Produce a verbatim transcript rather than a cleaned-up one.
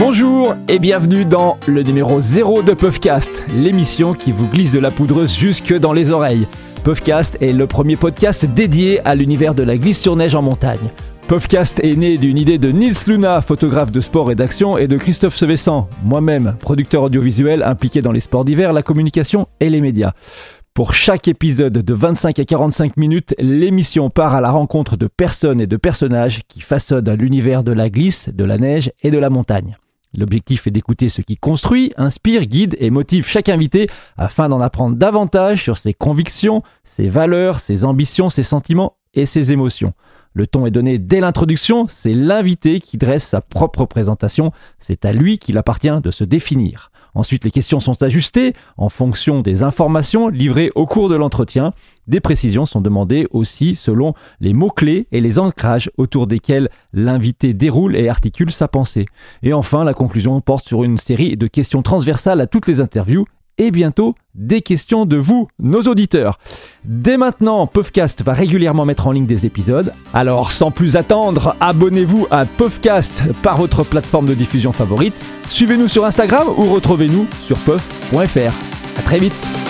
Bonjour et bienvenue dans le numéro zéro de Puffcast, l'émission qui vous glisse de la poudreuse jusque dans les oreilles. Puffcast est le premier podcast dédié à l'univers de la glisse sur neige en montagne. Puffcast est né d'une idée de Nils Luna, photographe de sport et d'action, et de Christophe Sevessan, moi-même, producteur audiovisuel impliqué dans les sports d'hiver, la communication et les médias. Pour chaque épisode de vingt-cinq à quarante-cinq minutes, l'émission part à la rencontre de personnes et de personnages qui façonnent l'univers de la glisse, de la neige et de la montagne. L'objectif est d'écouter ce qui construit, inspire, guide et motive chaque invité afin d'en apprendre davantage sur ses convictions, ses valeurs, ses ambitions, ses sentiments et ses émotions. Le ton est donné dès l'introduction, c'est l'invité qui dresse sa propre présentation, c'est à lui qu'il appartient de se définir. Ensuite, les questions sont ajustées en fonction des informations livrées au cours de l'entretien. Des précisions sont demandées aussi selon les mots-clés et les ancrages autour desquels l'invité déroule et articule sa pensée. Et enfin, la conclusion porte sur une série de questions transversales à toutes les interviews et bientôt des questions de vous, nos auditeurs. Dès maintenant, Puffcast va régulièrement mettre en ligne des épisodes. Alors, sans plus attendre, abonnez-vous à Puffcast par votre plateforme de diffusion favorite. Suivez-nous sur Instagram ou retrouvez-nous sur puff point f r. À très vite.